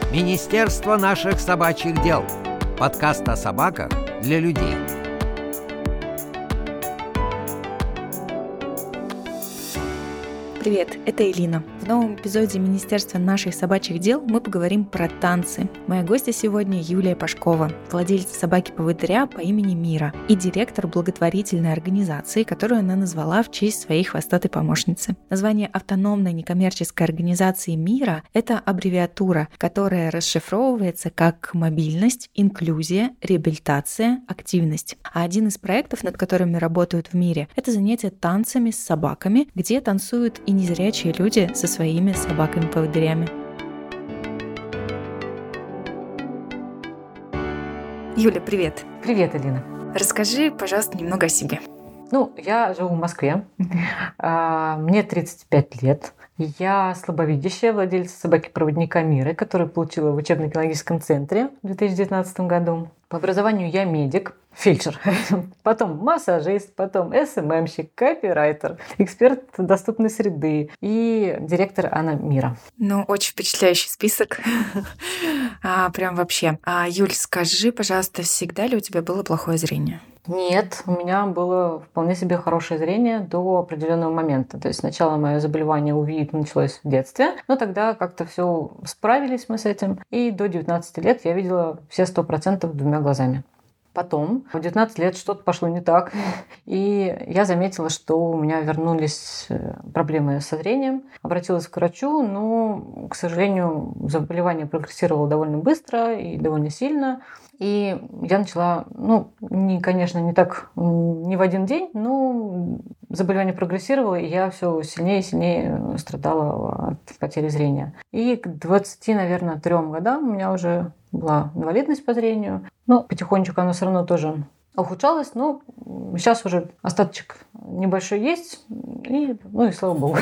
Министерство наших собачьих дел. Подкаст о собаках для людей. Привет, это Элина. В новом эпизоде Министерства наших собачьих дел мы поговорим про танцы. Моя гостья сегодня Юлия Пашкова, владелица собаки-поводыря по имени Мира и директор благотворительной организации, которую она назвала в честь своей хвостатой помощницы. Название автономной некоммерческой организации Мира – это аббревиатура, которая расшифровывается как мобильность, инклюзия, реабилитация, активность. А один из проектов, над которыми работают в Мире, это занятие танцами с собаками, где танцуют и незрячие люди со своими собаками-поводырями. Юля, привет. Привет, Алина. Расскажи, пожалуйста, немного о себе. Я живу в Москве. Мне 35 лет. Я слабовидящая, владелица собаки-проводника Миры, которую получила в учебно-кинологическом центре в 2019 году. По образованию я медик, фельдшер, потом массажист, потом СММщик, копирайтер, эксперт доступной среды и директор АНА Мира. Очень впечатляющий список. Прям вообще. Юль, скажи, пожалуйста, всегда ли у тебя было плохое зрение? Нет, у меня было вполне себе хорошее зрение до определенного момента. То есть сначала мое заболевание УВИ началось в детстве, но тогда как-то все справились мы с этим. И до 19 лет я видела все 100% двумя глазами. Потом, в 19 лет что-то пошло не так, и я заметила, что у меня вернулись проблемы со зрением. Обратилась к врачу, но, к сожалению, заболевание прогрессировало довольно быстро и довольно сильно. И я начала, конечно, не так, не в один день, но заболевание прогрессировало, и я все сильнее и сильнее страдала от потери зрения. И к 20, наверное, 3 годам у меня уже была инвалидность по зрению. Потихонечку она все равно тоже ухудшалась, но сейчас уже остаточек небольшой есть, и слава богу.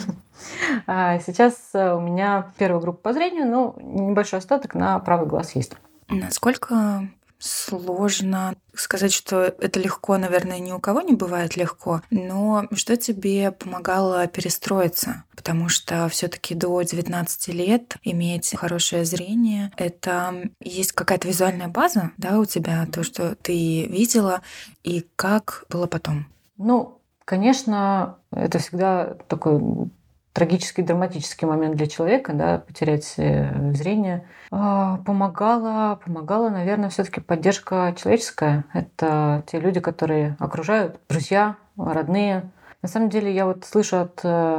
Сейчас у меня первая группа по зрению, но небольшой остаток на правый глаз есть. Насколько сложно сказать, что это легко, наверное, ни у кого не бывает легко, но что тебе помогало перестроиться? Потому что все-таки до 19 лет иметь хорошее зрение — это есть какая-то визуальная база, да, у тебя, то, что ты видела, и как было потом? Конечно, это всегда такой трагический, драматический момент для человека, да, потерять зрение. Помогала, наверное, все-таки поддержка человеческая. Это те люди, которые окружают, друзья, родные. На самом деле я слышу от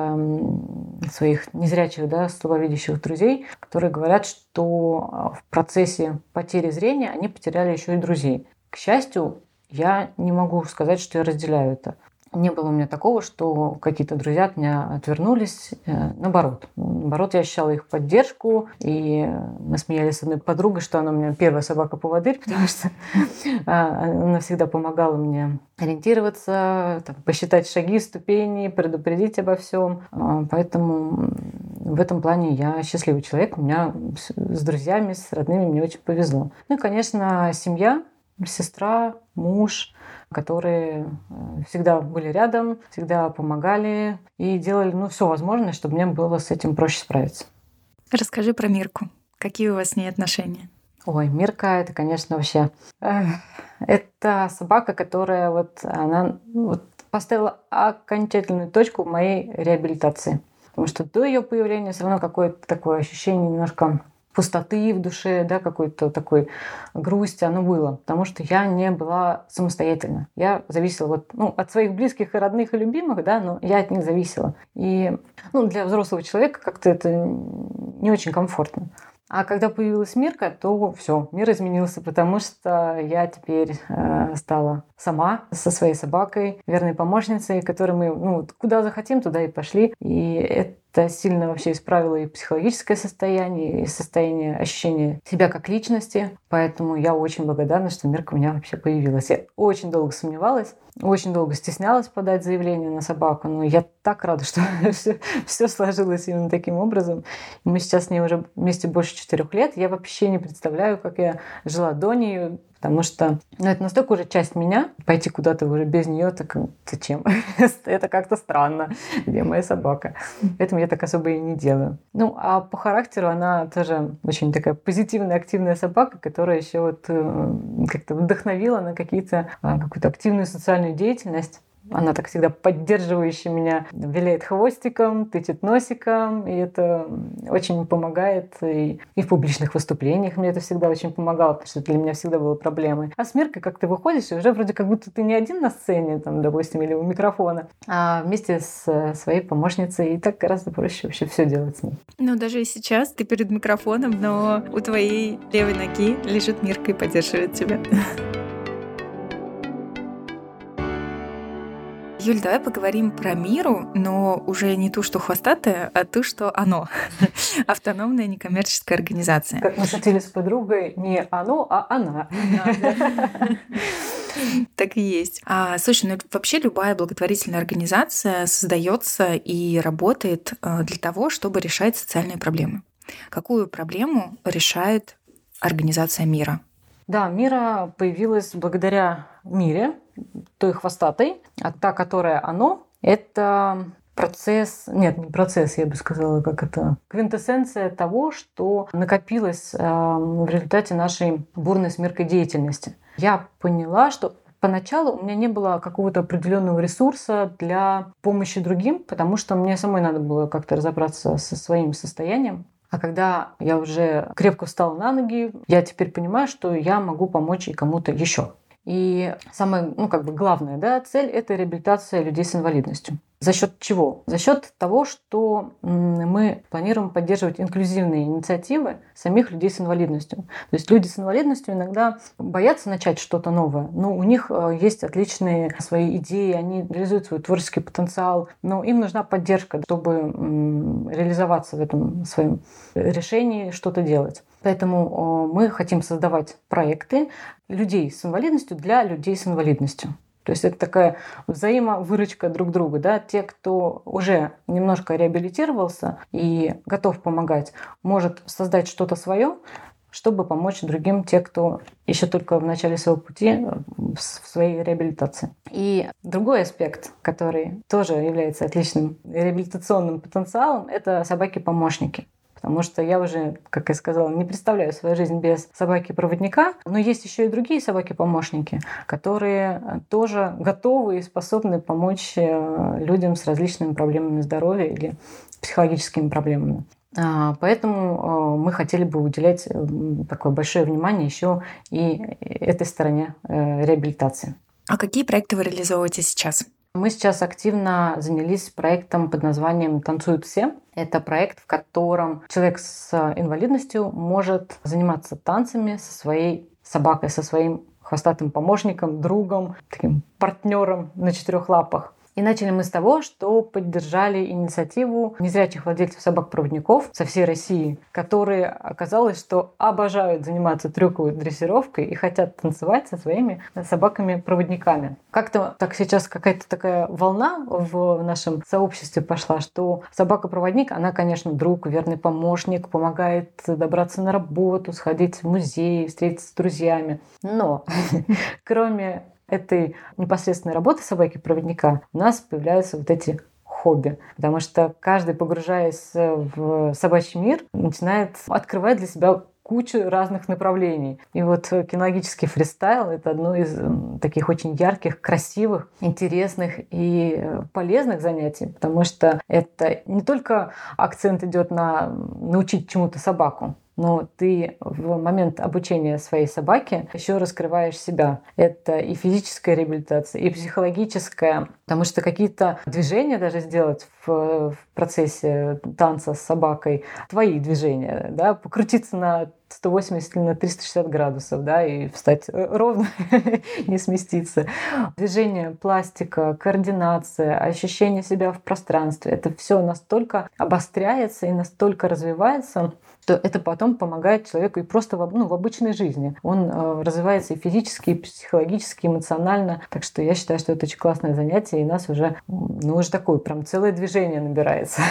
своих незрячих, да, слабовидящих друзей, которые говорят, что в процессе потери зрения они потеряли еще и друзей. К счастью, я не могу сказать, что я разделяю это. Не было у меня такого, что какие-то друзья от меня отвернулись. Наоборот, я ощущала их поддержку. И мы смеялись с одной подругой, что она у меня первая собака-поводырь, потому что она всегда помогала мне ориентироваться, посчитать шаги, ступени, предупредить обо всем. Поэтому в этом плане я счастливый человек. У меня с друзьями, с родными мне очень повезло. И, конечно, семья, сестра, муж, которые всегда были рядом, всегда помогали и делали все возможное, чтобы мне было с этим проще справиться. Расскажи про Мирку. Какие у вас с ней отношения? Мирка, это, конечно, вообще... Это собака, которая она поставила окончательную точку в моей реабилитации. Потому что до ее появления все равно какое-то такое ощущение немножко пустоты в душе, да, какой-то такой грусти, оно было. Потому что я не была самостоятельна. Я зависела от своих близких и родных и любимых, да, но я от них зависела. И для взрослого человека как-то это не очень комфортно. А когда появилась Мирка, то все, мир изменился, потому что я теперь стала сама со своей собакой, верной помощницей, которой мы куда захотим, туда и пошли. И это сильно вообще исправило и психологическое состояние, и состояние ощущения себя как личности. Поэтому я очень благодарна, что Мирка у меня вообще появилась. Я очень долго сомневалась, очень долго стеснялась подать заявление на собаку, но я так рада, что все сложилось именно таким образом. Мы сейчас с ней уже вместе больше 4 лет. Я вообще не представляю, как я жила до нее. потому что это настолько уже часть меня, пойти куда-то уже без нее, так зачем? Это как-то странно. Где моя собака? Поэтому я так особо и не делаю. А по характеру она тоже очень такая позитивная, активная собака, которая еще вот как-то вдохновила на какую-то активную социальную деятельность. Она так всегда поддерживающе меня виляет хвостиком, тычет носиком, и это очень помогает. И в публичных выступлениях мне это всегда очень помогало, потому что для меня всегда было проблемой. А с Миркой, как ты выходишь, и уже вроде как будто ты не один на сцене, там, допустим, или у микрофона, а вместе с своей помощницей, и так гораздо проще вообще все делать с ней. Даже и сейчас ты перед микрофоном, но у твоей левой ноги лежит Мирка и поддерживает тебя. Юль, давай поговорим про Миру, но уже не ту, что хвостатая, а ту, что оно. Автономная некоммерческая организация. Как мы шутили с подругой, не оно, а она. Так и есть. Слушай, вообще любая благотворительная организация создается и работает для того, чтобы решать социальные проблемы. Какую проблему решает организация Мира? Да, Мира появилась благодаря Мире, той хвостатой, а та, которая оно, это процесс, нет, не процесс, я бы сказала, как это, квинтэссенция того, что накопилось в результате нашей бурной с Миркой деятельности. Я поняла, что поначалу у меня не было какого-то определенного ресурса для помощи другим, потому что мне самой надо было как-то разобраться со своим состоянием. А когда я уже крепко встала на ноги, я теперь понимаю, что я могу помочь и кому-то еще. И самая, главная, цель – это реабилитация людей с инвалидностью. За счет чего? За счет того, что мы планируем поддерживать инклюзивные инициативы самих людей с инвалидностью. То есть люди с инвалидностью иногда боятся начать что-то новое, но у них есть отличные свои идеи, они реализуют свой творческий потенциал, но им нужна поддержка, чтобы реализоваться в этом своем решении, что-то делать. Поэтому мы хотим создавать проекты людей с инвалидностью для людей с инвалидностью. То есть это такая взаимовыручка друг друга. Да? Те, кто уже немножко реабилитировался и готов помогать, может создать что-то свое, чтобы помочь другим, те, кто еще только в начале своего пути в своей реабилитации. И другой аспект, который тоже является отличным реабилитационным потенциалом, это собаки-помощники. Потому что я уже, как я сказала, не представляю свою жизнь без собаки-проводника. Но есть еще и другие собаки-помощники, которые тоже готовы и способны помочь людям с различными проблемами здоровья или психологическими проблемами. Поэтому мы хотели бы уделять такое большое внимание еще и этой стороне реабилитации. А какие проекты вы реализовываете сейчас? Мы сейчас активно занялись проектом под названием «Танцуют все». Это проект, в котором человек с инвалидностью может заниматься танцами со своей собакой, со своим хвостатым помощником, другом, таким партнером на 4 лапах. И начали мы с того, что поддержали инициативу незрячих владельцев собак-проводников со всей России, которые, оказалось, что обожают заниматься трюковой дрессировкой и хотят танцевать со своими собаками-проводниками. Как-то так сейчас какая-то такая волна в нашем сообществе пошла, что собака-проводник, она, конечно, друг, верный помощник, помогает добраться на работу, сходить в музей, встретиться с друзьями. Но кроме этой непосредственной работы собаки-проводника у нас появляются вот эти хобби. Потому что каждый, погружаясь в собачий мир, начинает открывать для себя кучу разных направлений. И вот кинологический фристайл – это одно из таких очень ярких, красивых, интересных и полезных занятий, потому что это не только акцент идет на научить чему-то собаку, но ты в момент обучения своей собаки еще раскрываешь себя. Это и физическая реабилитация, и психологическая, потому что какие-то движения даже сделать в процессе танца с собакой, твои движения, да, покрутиться на 180 или на 360 градусов, да, и встать ровно, не сместиться. Движение, пластика, координация, ощущение себя в пространстве, это все настолько обостряется и настолько развивается, что это потом помогает человеку и просто в обычной жизни. Он развивается и физически, и психологически, и эмоционально. Так что я считаю, что это очень классное занятие, и нас уже такое прям целое движение набирается.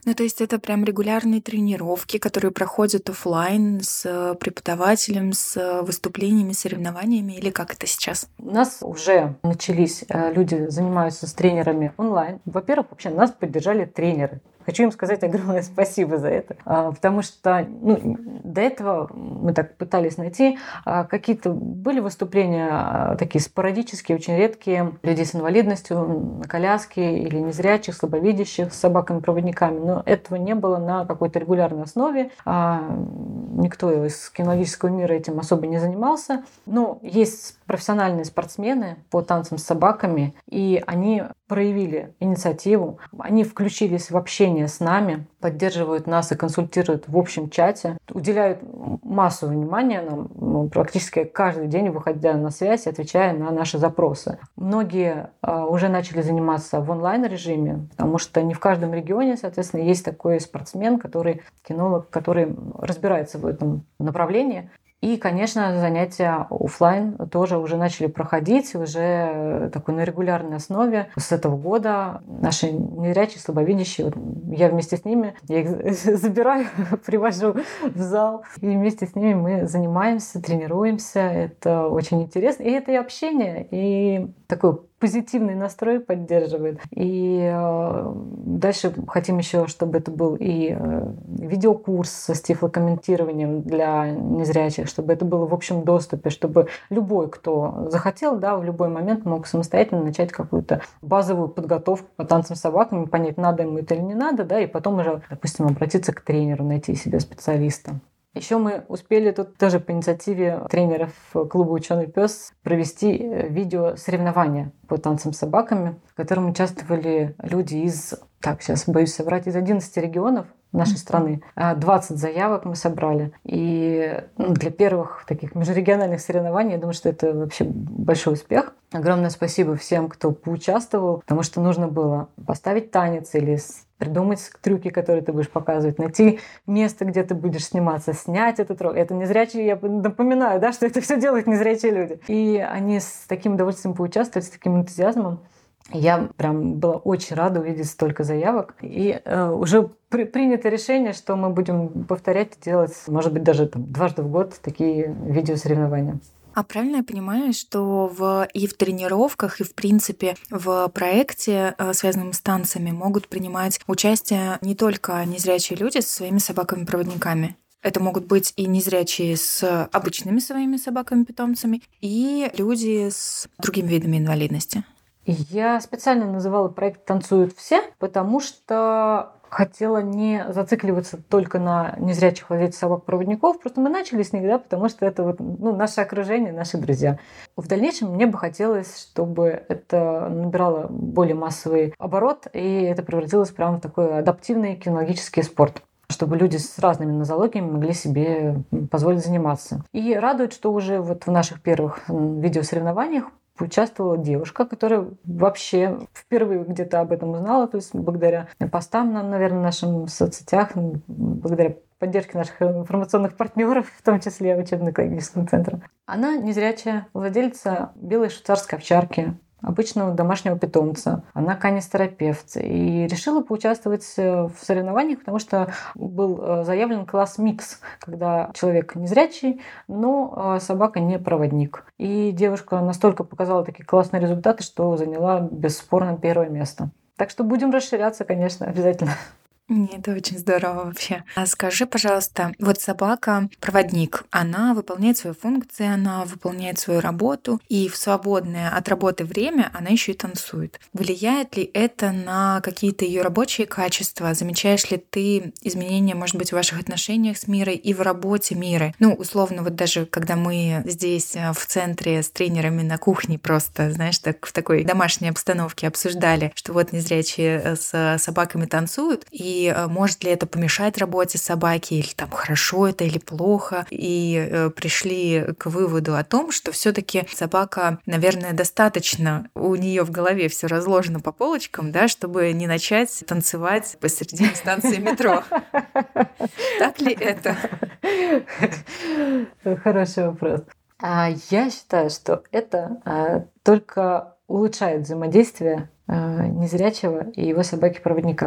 Ну, то есть это прям регулярные тренировки, которые проходят офлайн с преподавателем, с выступлениями, соревнованиями, или как это сейчас? У нас уже начались, люди занимаются с тренерами онлайн. Во-первых, вообще нас поддержали тренеры. Хочу им сказать огромное спасибо за это, потому что до этого мы так пытались найти. Какие-то были выступления такие спорадические, очень редкие, людей с инвалидностью, на коляске или незрячих, слабовидящих, с собаками-проводниками. Но этого не было на какой-то регулярной основе. Никто из кинологического мира этим особо не занимался. Но есть профессиональные спортсмены по танцам с собаками, и они проявили инициативу, они включились в общение с нами, поддерживают нас и консультируют в общем чате, уделяют массу внимания нам, практически каждый день выходя на связь, отвечая на наши запросы. Многие уже начали заниматься в онлайн-режиме, потому что не в каждом регионе, соответственно, есть такой спортсмен, кинолог, который разбирается в этом направлении. И, конечно, занятия офлайн тоже уже начали проходить, уже такой на регулярной основе. С этого года наши незрячие, слабовидящие, я вместе с ними, я их забираю, привожу в зал, и вместе с ними мы занимаемся, тренируемся. Это очень интересно. И это и общение, и такой позитивный настрой поддерживает. И дальше хотим еще, чтобы это был и видеокурс с тифлокомментированием для незрячих, чтобы это было в общем доступе, чтобы любой, кто захотел, в любой момент мог самостоятельно начать какую-то базовую подготовку по танцам с собаками, понять, надо ему это или не надо, и потом уже, допустим, обратиться к тренеру, найти себе специалиста. Еще мы успели тут тоже по инициативе тренеров клуба «Ученый пес» провести видео-соревнования по танцам с собаками, в котором участвовали люди из 11 регионов нашей страны. 20 заявок мы собрали. И для первых таких межрегиональных соревнований, я думаю, что это вообще большой успех. Огромное спасибо всем, кто поучаствовал, потому что нужно было поставить танец или придумать трюки, которые ты будешь показывать, найти место, где ты будешь сниматься, снять этот ролик. Это незрячие, я напоминаю, что это все делают незрячие люди. И они с таким удовольствием поучаствовали, с таким энтузиазмом. Я прям была очень рада увидеть столько заявок. И уже принято решение, что мы будем повторять и делать, может быть, даже дважды в год такие видеосоревнования. А правильно я понимаю, что и в тренировках, и в принципе в проекте, связанном с танцами, могут принимать участие не только незрячие люди со своими собаками-проводниками? Это могут быть и незрячие с обычными своими собаками-питомцами, и люди с другими видами инвалидности. Я специально называла проект «Танцуют все», потому что хотела не зацикливаться только на незрячих владельцев собак-проводников. Просто мы начали с них, потому что это наше окружение, наши друзья. В дальнейшем мне бы хотелось, чтобы это набирало более массовый оборот, и это превратилось прямо в такой адаптивный кинологический спорт, чтобы люди с разными нозологиями могли себе позволить заниматься. И радует, что уже в наших первых видеосоревнованиях участвовала девушка, которая вообще впервые где-то об этом узнала, то есть благодаря постам, наверное, в наших соцсетях, благодаря поддержке наших информационных партнеров, в том числе учебно-экологическим центром. Она незрячая, владельца белой швейцарской овчарки, обычного домашнего питомца. Она канистерапевт. И решила поучаствовать в соревнованиях, потому что был заявлен класс микс, когда человек незрячий, но собака не проводник. И девушка настолько показала такие классные результаты, что заняла бесспорно первое место. Так что будем расширяться, конечно, обязательно. Это очень здорово вообще. А скажи, пожалуйста, собака-проводник, она выполняет свои функции, она выполняет свою работу, и в свободное от работы время она еще и танцует. Влияет ли это на какие-то ее рабочие качества? Замечаешь ли ты изменения, может быть, в ваших отношениях с Мирой и в работе Миры? Условно, даже когда мы здесь в центре с тренерами на кухне просто, знаешь, в такой домашней обстановке обсуждали, что незрячие с собаками танцуют, и может ли это помешать работе собаки, или хорошо это или плохо. И пришли к выводу о том, что все-таки собака, наверное, достаточно у нее в голове все разложено по полочкам, чтобы не начать танцевать посреди станции метро. Так ли это? Хороший вопрос. Я считаю, что это только улучшает взаимодействие незрячего и его собаки-проводника.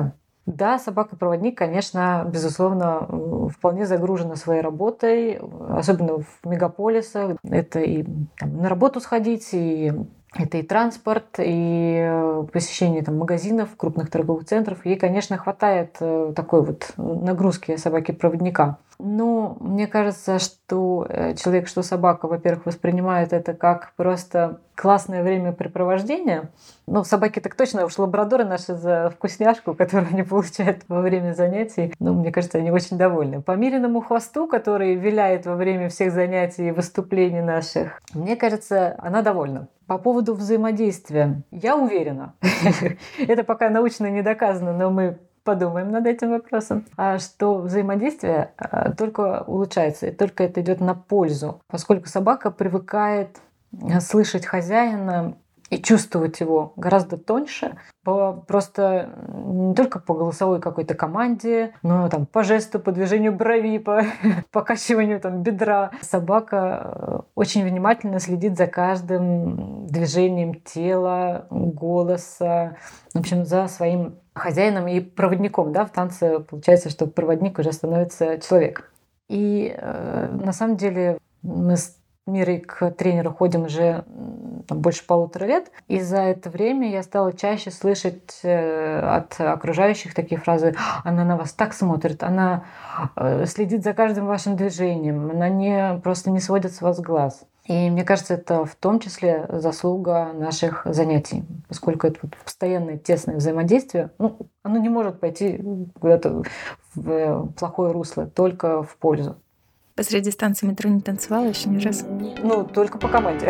Да, собака-проводник, конечно, безусловно, вполне загружена своей работой, особенно в мегаполисах. Это и там, на работу сходить, и это и транспорт, и посещение там, магазинов, крупных торговых центров. Ей, конечно, хватает такой вот нагрузки собаки-проводника. Но мне кажется, что человек, что собака, во-первых, воспринимает это как просто классное времяпрепровождение. Ну, собаки так точно, уж лабрадоры наши за вкусняшку, которую они получают во время занятий. Ну, мне кажется, они очень довольны. По Мириному хвосту, который виляет во время всех занятий и выступлений наших, мне кажется, она довольна. По поводу взаимодействия, я уверена, это пока научно не доказано, но мы подумаем над этим вопросом, что взаимодействие только улучшается, и только это идет на пользу, поскольку собака привыкает слышать хозяина и чувствовать его гораздо тоньше, просто не только по голосовой какой-то команде, но там, по жесту, по движению брови, по покачиванию там, бедра. Собака очень внимательно следит за каждым движением тела, голоса, в общем, за своим хозяином и проводником. Да? В танце получается, что проводник уже становится человек. И на самом деле мы с Мирой к тренеру ходим уже там, больше 1,5 лет. И за это время я стала чаще слышать от окружающих такие фразы: «Она на вас так смотрит, она следит за каждым вашим движением, она просто не сводит с вас глаз». И мне кажется, это в том числе заслуга наших занятий, поскольку это постоянное тесное взаимодействие. Ну, оно не может пойти куда-то в плохое русло, только в пользу. Посреди станции метро не танцевала еще ни разу? Ну, только по команде.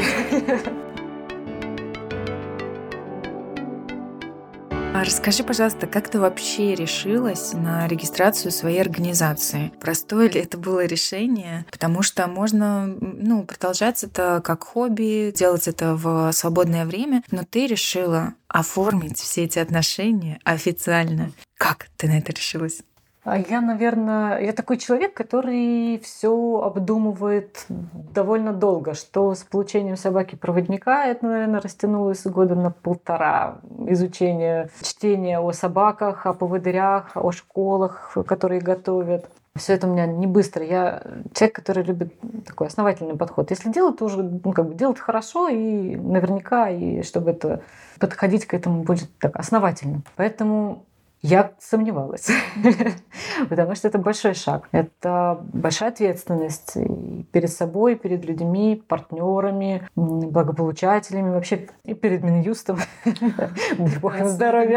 А расскажи, пожалуйста, как ты вообще решилась на регистрацию своей организации? Простое ли это было решение? Потому что можно продолжать это как хобби, делать это в свободное время, но ты решила оформить все эти отношения официально. Как ты на это решилась? Я, наверное, я такой человек, который все обдумывает довольно долго, что с получением собаки-проводника это, наверное, растянулось года на 1,5 изучения, чтения о собаках, о поводырях, о школах, которые готовят. Все это у меня не быстро. Я человек, который любит такой основательный подход. Если делать, то уже делать хорошо и наверняка, и чтобы это подходить к этому будет так основательно. Поэтому я сомневалась, потому что это большой шаг. Это большая ответственность и перед собой, перед людьми, партнерами, благополучателями, вообще и перед Минюстом. Дай бог им здоровья.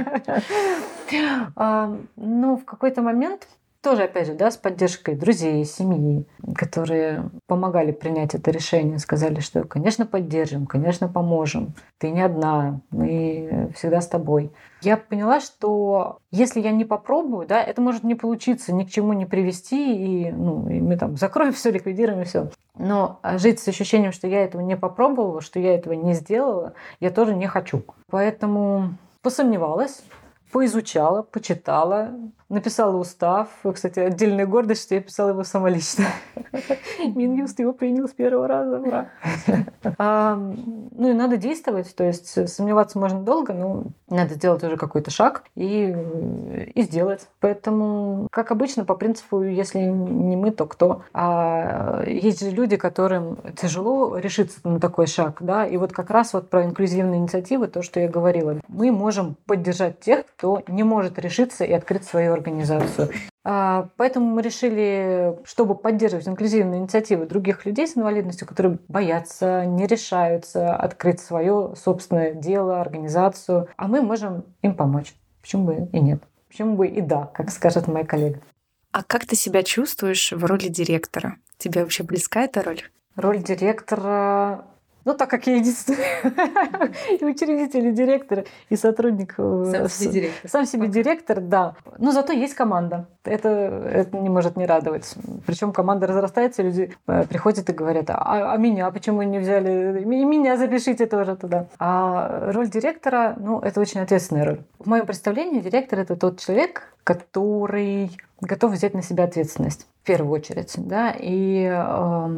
Но в какой-то момент тоже, опять же, да, с поддержкой друзей, семьи, которые помогали принять это решение, сказали, что, конечно, поддержим, конечно, поможем. Ты не одна, мы всегда с тобой. Я поняла, что если я не попробую, да, это может не получиться, ни к чему не привести, и мы там закроем все, ликвидируем и все. Но жить с ощущением, что я этого не попробовала, что я этого не сделала, я тоже не хочу. Поэтому посомневалась, поизучала, почитала, написала устав. Кстати, отдельная гордость, что я писала его самолично. Минюст его принял с первого раза. Ура! Ну и надо действовать. То есть сомневаться можно долго, но надо сделать уже какой-то шаг и сделать. Поэтому, как обычно, по принципу, если не мы, то кто? А есть же люди, которым тяжело решиться на такой шаг. Да? И вот как раз вот про инклюзивные инициативы, то, что я говорила. Мы можем поддержать тех, кто не может решиться и открыть свою организацию. Поэтому мы решили, чтобы поддерживать инклюзивные инициативы других людей с инвалидностью, которые боятся, не решаются открыть свое собственное дело, организацию, а мы можем им помочь. Почему бы и нет? Почему бы и да, как скажет моя коллега. А как ты себя чувствуешь в роли директора? Тебе вообще близка эта роль? Роль директора... Ну, так как я единственный и учредитель, и директор, и сотрудник. Сам себе директор, да. Но зато есть команда. Это не может не радовать. Причем команда разрастается, люди приходят и говорят: а меня почему не взяли? И меня запишите тоже туда. А роль директора, это очень ответственная роль. В моем представлении директор — это тот человек, который готов взять на себя ответственность в первую очередь. Да? И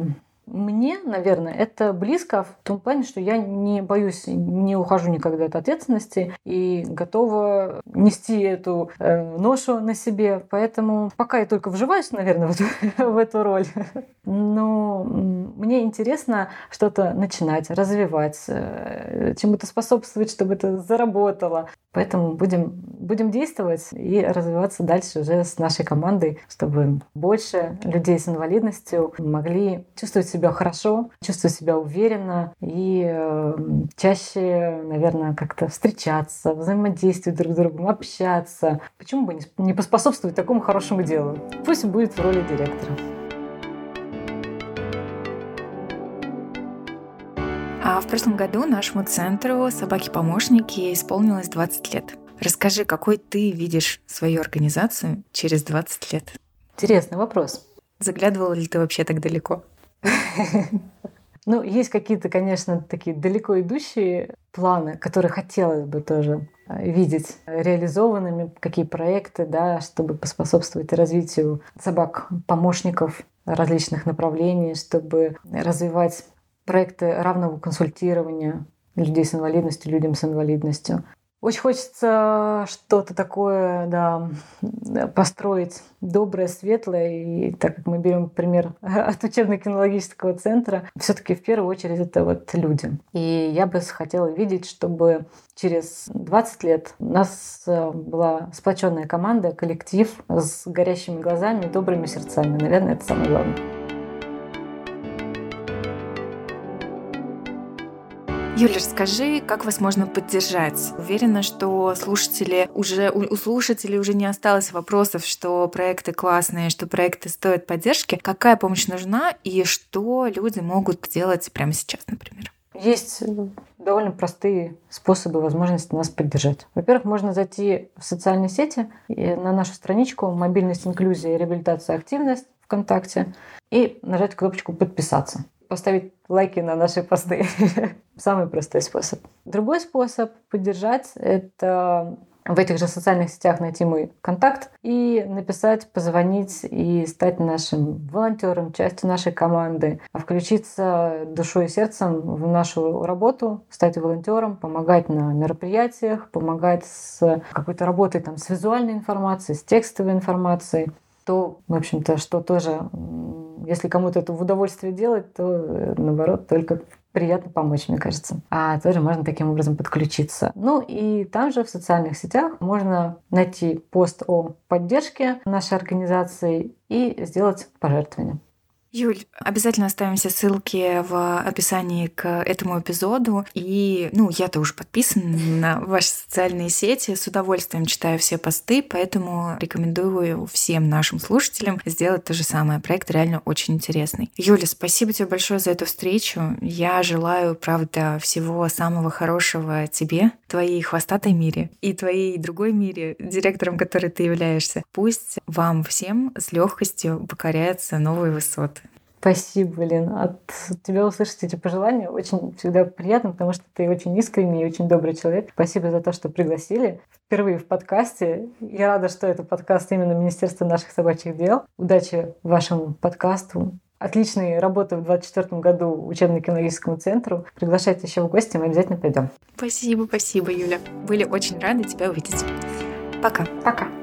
Мне, наверное, это близко в том плане, что я не боюсь, не ухожу никогда от ответственности и готова нести эту ношу на себе. Поэтому пока я только вживаюсь, наверное, в эту роль. Но мне интересно что-то начинать, развивать, чему-то способствовать, чтобы это заработало. Поэтому будем действовать и развиваться дальше уже с нашей командой, чтобы больше людей с инвалидностью могли чувствовать себя хорошо, чувствовать себя уверенно и чаще, наверное, как-то встречаться, взаимодействовать друг с другом, общаться. Почему бы не поспособствовать такому хорошему делу? Пусть будет в роли директора. А в прошлом году нашему центру «Собаки-помощники» исполнилось 20 лет. Расскажи, какой ты видишь свою организацию через 20 лет? Интересный вопрос. Заглядывала ли ты вообще так далеко? Ну, есть какие-то, конечно, такие далеко идущие планы, которые хотелось бы тоже видеть реализованными, какие проекты, да, чтобы поспособствовать развитию собак-помощников различных направлений, чтобы развивать проекты равного консультирования людей с инвалидностью, людям с инвалидностью. Очень хочется что-то такое, да, построить доброе, светлое. И так как мы берем пример от учебно-кинологического центра, все-таки в первую очередь это вот люди. И я бы хотела видеть, чтобы через 20 лет у нас была сплоченная команда, коллектив с горящими глазами и добрыми сердцами. Наверное, это самое главное. Юля, расскажи, как вас можно поддержать? Уверена, что у слушателей уже не осталось вопросов, что проекты классные, что проекты стоят поддержки. Какая помощь нужна и что люди могут делать прямо сейчас, например? Есть довольно простые способы, возможности нас поддержать. Во-первых, можно зайти в социальные сети и на нашу страничку «Мобильность, инклюзия, реабилитация, активность» ВКонтакте и нажать кнопочку «Подписаться». Поставить лайки на наши посты. Самый простой способ. Другой способ поддержать — это в этих же социальных сетях найти мой контакт и написать, позвонить и стать нашим волонтером, частью нашей команды, включиться душой и сердцем в нашу работу, стать волонтером, помогать на мероприятиях, помогать с какой-то работой там, с визуальной информацией, с текстовой информацией. То, в общем-то, что тоже, если кому-то это в удовольствие делать, то, наоборот, только приятно помочь, мне кажется. А тоже можно таким образом подключиться. Ну и там же в социальных сетях можно найти пост о поддержке нашей организации и сделать пожертвование. Юль, обязательно оставим все ссылки в описании к этому эпизоду. И, я-то уже подписана на ваши социальные сети, с удовольствием читаю все посты, поэтому рекомендую всем нашим слушателям сделать то же самое. Проект реально очень интересный. Юля, спасибо тебе большое за эту встречу. Я желаю, правда, всего самого хорошего тебе, твоей хвостатой Мире и твоей другой Мире, директором которой ты являешься. Пусть вам всем с легкостью покоряются новые высоты. Спасибо, Лен. От тебя услышать эти пожелания очень всегда приятно, потому что ты очень искренний и очень добрый человек. Спасибо за то, что пригласили впервые в подкасте. Я рада, что это подкаст именно Министерства наших собачьих дел. Удачи вашему подкасту. Отличной работы в 2024 году учебно-кинологическому центру. Приглашайте еще в гости, мы обязательно придем. Спасибо, Юля. Были очень рады тебя увидеть. Пока. Пока.